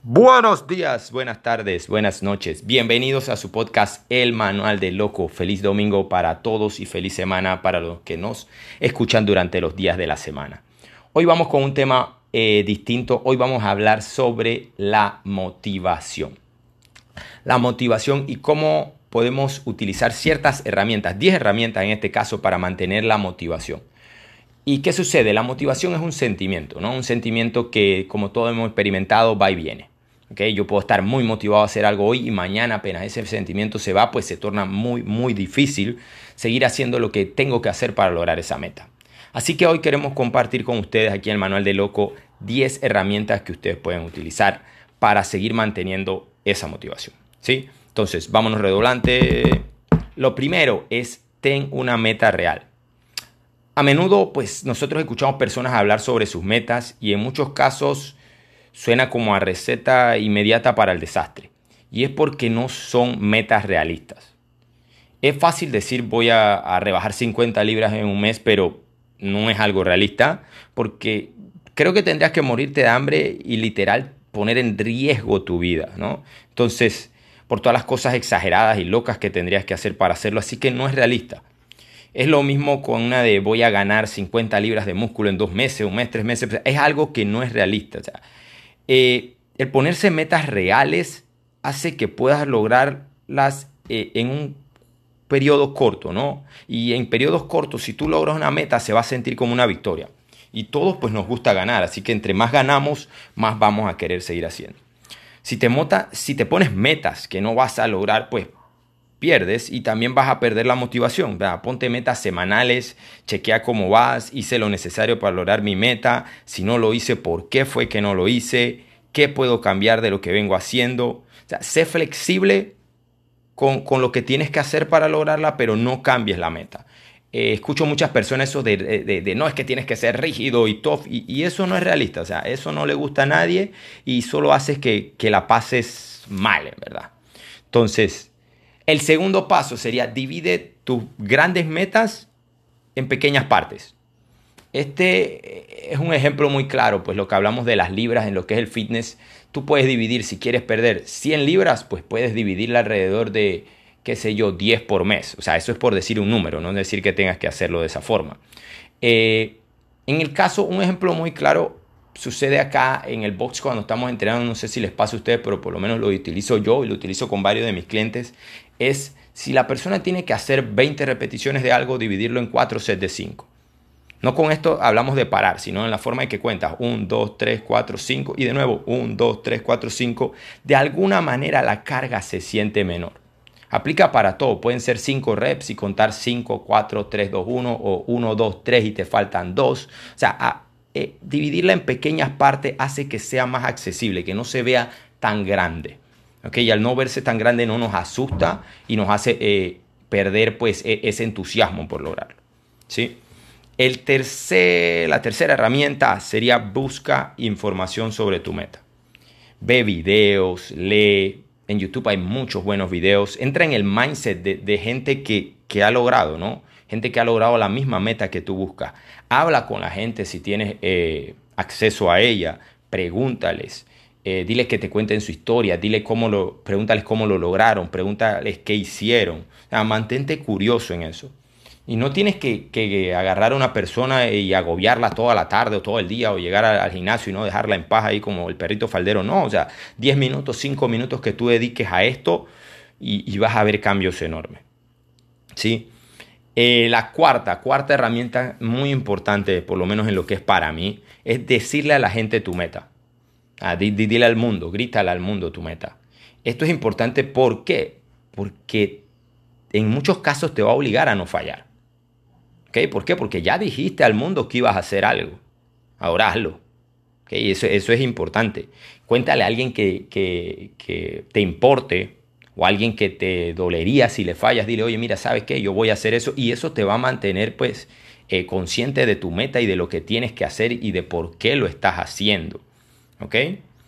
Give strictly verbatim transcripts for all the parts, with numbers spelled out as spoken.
Buenos días, buenas tardes, buenas noches. Bienvenidos a su podcast El Manual del Loco. Feliz domingo para todos y feliz semana para los que nos escuchan durante los días de la semana. Hoy vamos con un tema eh, distinto. Hoy vamos a hablar sobre la motivación. La motivación y cómo podemos utilizar ciertas herramientas, diez herramientas en este caso, para mantener la motivación. ¿Y qué sucede? La motivación es un sentimiento, ¿no? Un sentimiento que, como todos hemos experimentado, va y viene. ¿Okay? Yo puedo estar muy motivado a hacer algo hoy y mañana apenas ese sentimiento se va, pues se torna muy, muy difícil seguir haciendo lo que tengo que hacer para lograr esa meta. Así que hoy queremos compartir con ustedes aquí en el Manual del Loco diez herramientas que ustedes pueden utilizar para seguir manteniendo esa motivación, ¿sí? Entonces, vámonos redoblante. Lo primero es ten una meta real. A menudo, pues, nosotros escuchamos personas hablar sobre sus metas y en muchos casos suena como a receta inmediata para el desastre. Y es porque no son metas realistas. Es fácil decir voy a, a rebajar cincuenta libras en un mes, pero no es algo realista porque creo que tendrías que morirte de hambre y literal poner en riesgo tu vida, ¿no? Entonces, por todas las cosas exageradas y locas que tendrías que hacer para hacerlo, así que no es realista. Es lo mismo con una de voy a ganar cincuenta libras de músculo en dos meses, un mes, tres meses. Es algo que no es realista. O sea, eh, el ponerse metas reales hace que puedas lograrlas eh, en un periodo corto, ¿no? Y en periodos cortos, si tú logras una meta, se va a sentir como una victoria. Y todos pues nos gusta ganar, así que entre más ganamos, más vamos a querer seguir haciendo. Si te, mota, si te pones metas que no vas a lograr, pues pierdes y también vas a perder la motivación. ¿Verdad? Ponte metas semanales, chequea cómo vas, hice lo necesario para lograr mi meta, si no lo hice, ¿por qué fue que no lo hice? ¿Qué puedo cambiar de lo que vengo haciendo? O sea, sé flexible con, con lo que tienes que hacer para lograrla, pero no cambies la meta. Eh, escucho muchas personas eso de, de, de, de no, es que tienes que ser rígido y tough, y, y eso no es realista. O sea, eso no le gusta a nadie y solo haces que, que la pases mal, ¿verdad? Entonces, el segundo paso sería divide tus grandes metas en pequeñas partes. Este es un ejemplo muy claro, pues lo que hablamos de las libras en lo que es el fitness. Tú puedes dividir, si quieres perder cien libras, pues puedes dividirla alrededor de, qué sé yo, diez por mes. O sea, eso es por decir un número, no es decir que tengas que hacerlo de esa forma. Eh, en el caso, un ejemplo muy claro sucede acá en el box cuando estamos entrenando, no sé si les pasa a ustedes, pero por lo menos lo utilizo yo y lo utilizo con varios de mis clientes, es si la persona tiene que hacer veinte repeticiones de algo, dividirlo en cuatro sets de cinco. No con esto hablamos de parar, sino en la forma en que cuentas uno, dos, tres, cuatro, cinco y de nuevo uno, dos, tres, cuatro, cinco. De alguna manera la carga se siente menor. Aplica para todo, pueden ser cinco reps y contar cinco, cuatro, tres, dos, uno o uno, dos, tres y te faltan dos. O sea, a, eh, dividirla en pequeñas partes hace que sea más accesible, que no se vea tan grande. ¿Okay? Y al no verse tan grande no nos asusta y nos hace eh, perder pues, e- ese entusiasmo por lograrlo. ¿Sí? El tercer, la tercera herramienta sería busca información sobre tu meta. Ve videos, lee. En YouTube hay muchos buenos videos. Entra en el mindset de, de gente que, que ha logrado, ¿no? Gente que ha logrado la misma meta que tú buscas. Habla con la gente si tienes eh, acceso a ella. Pregúntales. Eh, diles que te cuenten su historia. Dile cómo lo, pregúntales cómo lo lograron. Pregúntales qué hicieron. O sea, mantente curioso en eso. Y no tienes que, que agarrar a una persona y agobiarla toda la tarde o todo el día o llegar al, al gimnasio y no dejarla en paz ahí como el perrito faldero. No, o sea, diez minutos, cinco minutos que tú dediques a esto y, y vas a ver cambios enormes. ¿Sí? Eh, la cuarta, cuarta herramienta muy importante, por lo menos en lo que es para mí, es decirle a la gente tu meta. Ah, di, di, dile al mundo, grítale al mundo tu meta. Esto es importante, ¿por qué? Porque en muchos casos te va a obligar a no fallar. ¿Okay? ¿Por qué? Porque ya dijiste al mundo que ibas a hacer algo. Ahora hazlo. ¿Okay? Eso, eso es importante. Cuéntale a alguien que, que, que te importe o a alguien que te dolería si le fallas. Dile, oye, mira, ¿sabes qué? Yo voy a hacer eso. Y eso te va a mantener pues eh, consciente de tu meta y de lo que tienes que hacer y de por qué lo estás haciendo. ¿Ok?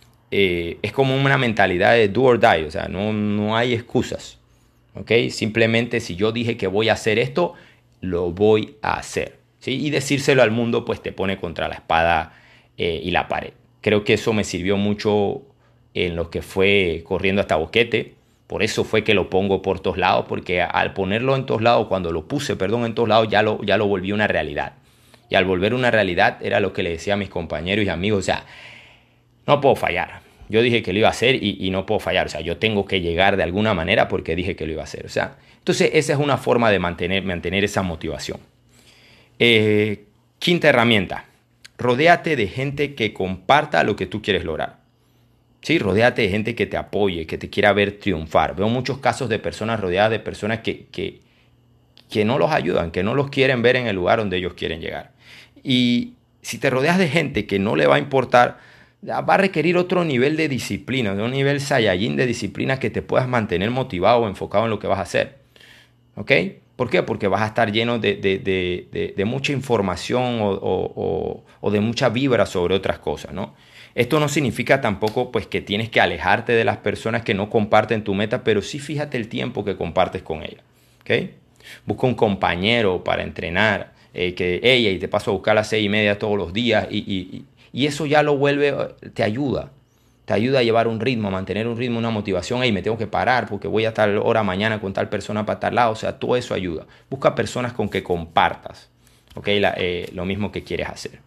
Eh, es como una mentalidad de do or die. O sea, no, no hay excusas. ¿Ok? Simplemente si yo dije que voy a hacer esto, lo voy a hacer, ¿sí? Y decírselo al mundo pues te pone contra la espada eh, y la pared. Creo que eso me sirvió mucho en los que fue corriendo hasta Boquete. Por eso fue que lo pongo por todos lados, porque al ponerlo en todos lados, cuando lo puse, perdón, en todos lados, ya lo, ya lo volví una realidad. Y al volver una realidad era lo que le decía a mis compañeros y amigos, o sea, no puedo fallar. Yo dije que lo iba a hacer y, y no puedo fallar. O sea, yo tengo que llegar de alguna manera porque dije que lo iba a hacer. O sea, entonces esa es una forma de mantener, mantener esa motivación. Eh, quinta herramienta. Rodéate de gente que comparta lo que tú quieres lograr. Sí, rodéate de gente que te apoye, que te quiera ver triunfar. Veo muchos casos de personas rodeadas de personas que, que, que no los ayudan, que no los quieren ver en el lugar donde ellos quieren llegar. Y si te rodeas de gente que no le va a importar, va a requerir otro nivel de disciplina, de un nivel Saiyajin de disciplina que te puedas mantener motivado o enfocado en lo que vas a hacer. ¿Ok? ¿Por qué? Porque vas a estar lleno de, de, de, de, de mucha información o, o, o, o de mucha vibra sobre otras cosas, ¿no? Esto no significa tampoco pues, que tienes que alejarte de las personas que no comparten tu meta, pero sí fíjate el tiempo que compartes con ellas. ¿Ok? Busca un compañero para entrenar, eh, que ella y te paso a buscar a las seis y media todos los días y, y, y eso ya lo vuelve, te ayuda. Te ayuda a llevar un ritmo, a mantener un ritmo, una motivación. Hey, me tengo que parar porque voy a estar hora mañana con tal persona para tal lado. O sea, todo eso ayuda. Busca personas con que compartas. ¿Ok? La, eh, lo mismo que quieres hacer.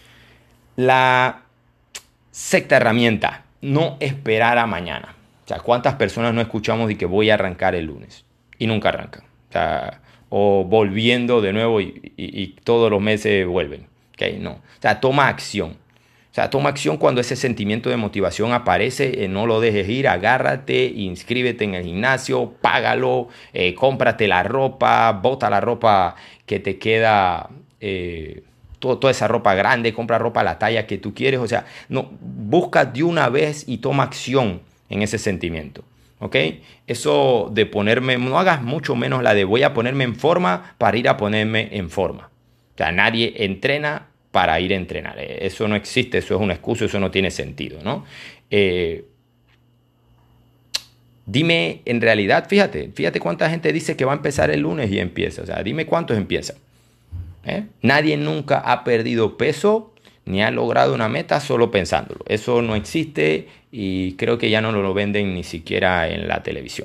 La sexta herramienta. No esperar a mañana. O sea, ¿cuántas personas no escuchamos de que voy a arrancar el lunes? Y nunca arrancan. O sea, o volviendo de nuevo y, y, y todos los meses vuelven. ¿Ok? No. O sea, toma acción. O sea, toma acción cuando ese sentimiento de motivación aparece, eh, no lo dejes ir, agárrate, inscríbete en el gimnasio, págalo, eh, cómprate la ropa, bota la ropa que te queda, eh, todo, toda esa ropa grande, compra ropa a la talla que tú quieres, o sea, no, busca de una vez y toma acción en ese sentimiento. ¿Ok? Eso de ponerme, no hagas mucho menos la de voy a ponerme en forma para ir a ponerme en forma. O sea, nadie entrena para ir a entrenar. Eso no existe, eso es una excusa, eso no tiene sentido, ¿no? Eh, dime, en realidad, fíjate, fíjate cuánta gente dice que va a empezar el lunes y empieza. O sea, dime cuántos empiezan. ¿Eh? Nadie nunca ha perdido peso ni ha logrado una meta solo pensándolo. Eso no existe y creo que ya no lo venden ni siquiera en la televisión.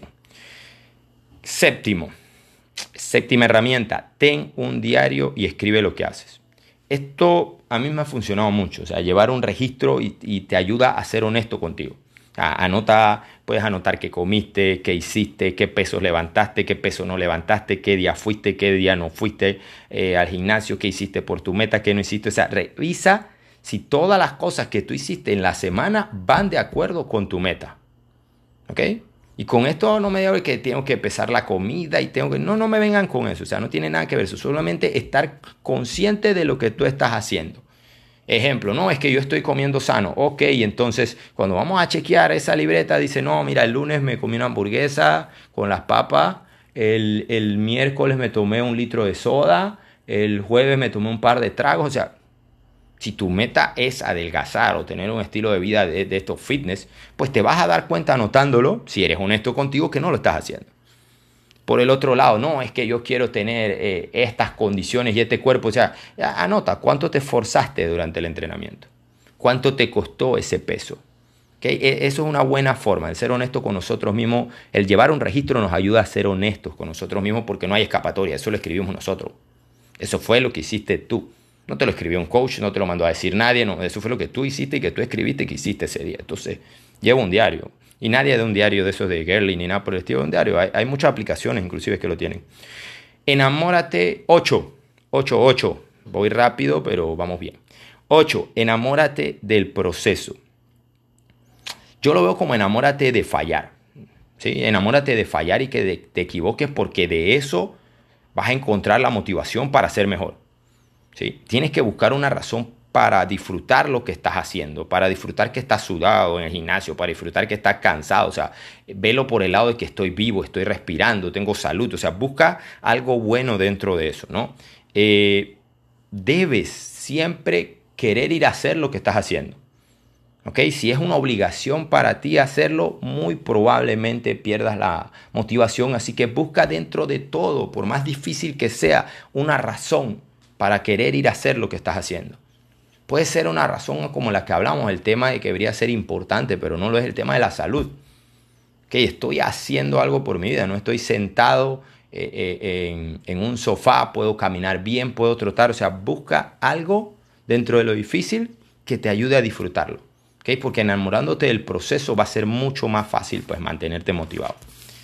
Séptimo, séptima herramienta, ten un diario y escribe lo que haces. Esto a mí me ha funcionado mucho, o sea, llevar un registro y, y te ayuda a ser honesto contigo. Anota, puedes anotar qué comiste, qué hiciste, qué pesos levantaste, qué peso no levantaste, qué día fuiste, qué día no fuiste eh, al gimnasio, qué hiciste por tu meta, qué no hiciste. O sea, revisa si todas las cosas que tú hiciste en la semana van de acuerdo con tu meta. ¿Ok? Y con esto no me digo que tengo que pesar la comida y tengo que... No, no me vengan con eso. O sea, no tiene nada que ver eso. Solamente estar consciente de lo que tú estás haciendo. Ejemplo, no, es que yo estoy comiendo sano. Ok, entonces cuando vamos a chequear esa libreta dice, no, mira, el lunes me comí una hamburguesa con las papas. El, el miércoles me tomé un litro de soda. El jueves me tomé un par de tragos. O sea... Si tu meta es adelgazar o tener un estilo de vida de, de estos fitness, pues te vas a dar cuenta anotándolo, si eres honesto contigo, que no lo estás haciendo. Por el otro lado, no, es que yo quiero tener eh, estas condiciones y este cuerpo. O sea, anota cuánto te esforzaste durante el entrenamiento. Cuánto te costó ese peso. ¿Okay? Eso es una buena forma, el ser honesto con nosotros mismos. El llevar un registro nos ayuda a ser honestos con nosotros mismos porque no hay escapatoria. Eso lo escribimos nosotros. Eso fue lo que hiciste tú. No te lo escribió un coach, no te lo mandó a decir nadie, no, eso fue lo que tú hiciste y que tú escribiste y que hiciste ese día. Entonces, lleva un diario. Y nadie de un diario de esos de Girly ni nada por el estilo de un diario. Hay, hay muchas aplicaciones inclusive que lo tienen. Enamórate, ocho, ocho, ocho. Voy rápido, pero vamos bien. ocho. Enamórate del proceso. Yo lo veo como enamórate de fallar. ¿Sí? Enamórate de fallar y que de, te equivoques porque de eso vas a encontrar la motivación para ser mejor. ¿Sí? Tienes que buscar una razón para disfrutar lo que estás haciendo, para disfrutar que estás sudado en el gimnasio, para disfrutar que estás cansado. O sea, velo por el lado de que estoy vivo, estoy respirando, tengo salud. O sea, busca algo bueno dentro de eso, ¿no? Eh, debes siempre querer ir a hacer lo que estás haciendo. ¿Ok? Si es una obligación para ti hacerlo, muy probablemente pierdas la motivación. Así que busca dentro de todo, por más difícil que sea, una razón para querer ir a hacer lo que estás haciendo. Puede ser una razón como la que hablamos, el tema de que debería ser importante, pero no lo es el tema de la salud. Que estoy haciendo algo por mi vida, no estoy sentado eh, eh, en, en un sofá, puedo caminar bien, puedo trotar. O sea, busca algo dentro de lo difícil que te ayude a disfrutarlo. ¿Okay? Porque enamorándote del proceso va a ser mucho más fácil pues, mantenerte motivado.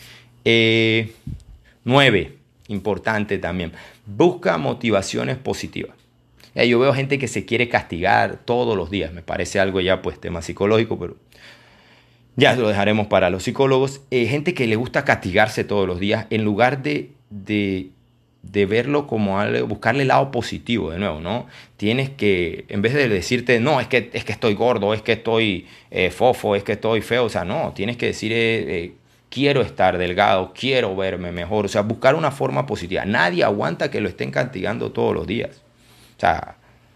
Eh, nueve, importante también, busca motivaciones positivas. Ya, yo veo gente que se quiere castigar todos los días, me parece algo ya pues tema psicológico, pero ya lo dejaremos para los psicólogos. Eh, gente que le gusta castigarse todos los días en lugar de, de, de verlo como algo, buscarle el lado positivo de nuevo, ¿no? Tienes que, en vez de decirte, no, es que, es que estoy gordo, es que estoy eh, fofo, es que estoy feo, o sea, no, tienes que decir, eh, eh, quiero estar delgado, quiero verme mejor, o sea, buscar una forma positiva. Nadie aguanta que lo estén castigando todos los días. O sea,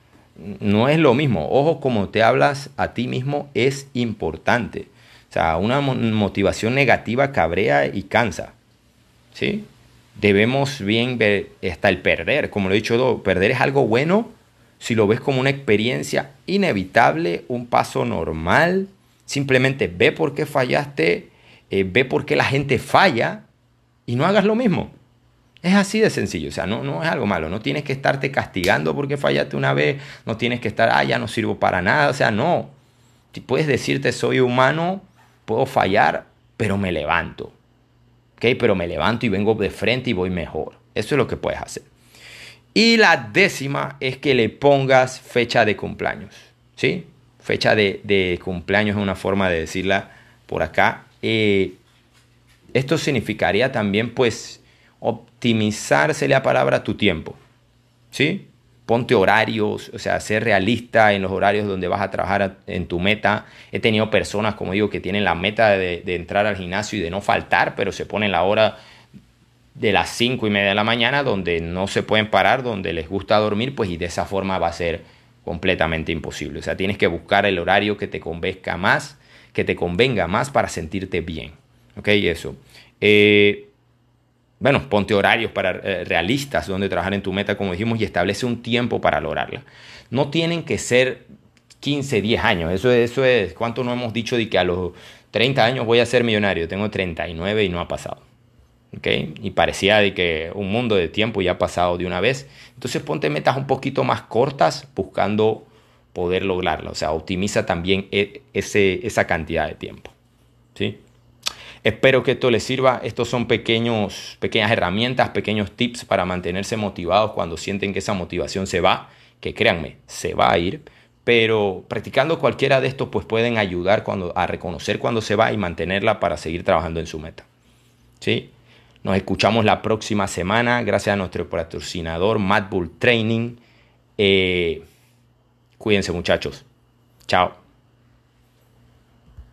no es lo mismo. Ojo, como te hablas a ti mismo es importante. O sea, una motivación negativa cabrea y cansa, ¿sí? Debemos bien ver hasta el perder. Como lo he dicho, perder es algo bueno si lo ves como una experiencia inevitable, un paso normal. Simplemente ve por qué fallaste, eh, ve por qué la gente falla y no hagas lo mismo. Es así de sencillo, o sea, no, no es algo malo. No tienes que estarte castigando porque fallaste una vez, no tienes que estar, ah, ya no sirvo para nada, o sea, no. Puedes decirte, soy humano, puedo fallar, pero me levanto. ¿Ok? Pero me levanto y vengo de frente y voy mejor. Eso es lo que puedes hacer. Y la décima es que le pongas fecha de cumpleaños. ¿Sí? Fecha de, de cumpleaños es una forma de decirla por acá. Eh, esto significaría también, pues, optimizarse la palabra tu tiempo. ¿Sí? Ponte horarios, o sea, ser realista en los horarios donde vas a trabajar en tu meta. He tenido personas, como digo, que tienen la meta de, de entrar al gimnasio y de no faltar, pero se ponen la hora de las cinco y media de la mañana donde no se pueden parar, donde les gusta dormir, pues y de esa forma va a ser completamente imposible. O sea, tienes que buscar el horario que te convenga más, que te convenga más para sentirte bien. ¿Ok? Eso. Eh... Bueno, ponte horarios para, eh, realistas donde trabajar en tu meta, como dijimos, y establece un tiempo para lograrla. No tienen que ser quince, diez años. Eso, eso es, ¿cuánto no hemos dicho de que a los treinta años voy a ser millonario? Tengo treinta y nueve y no ha pasado. ¿Okay? Y parecía de que un mundo de tiempo ya ha pasado de una vez. Entonces ponte metas un poquito más cortas buscando poder lograrla. O sea, optimiza también ese, esa cantidad de tiempo. ¿Sí? Espero que esto les sirva. Estos son pequeños, pequeñas herramientas, pequeños tips para mantenerse motivados cuando sienten que esa motivación se va, que créanme, se va a ir. Pero practicando cualquiera de estos pues pueden ayudar cuando, a reconocer cuando se va y mantenerla para seguir trabajando en su meta. ¿Sí? Nos escuchamos la próxima semana. Gracias a nuestro patrocinador Mad Bull Training. Eh, cuídense muchachos. Chao.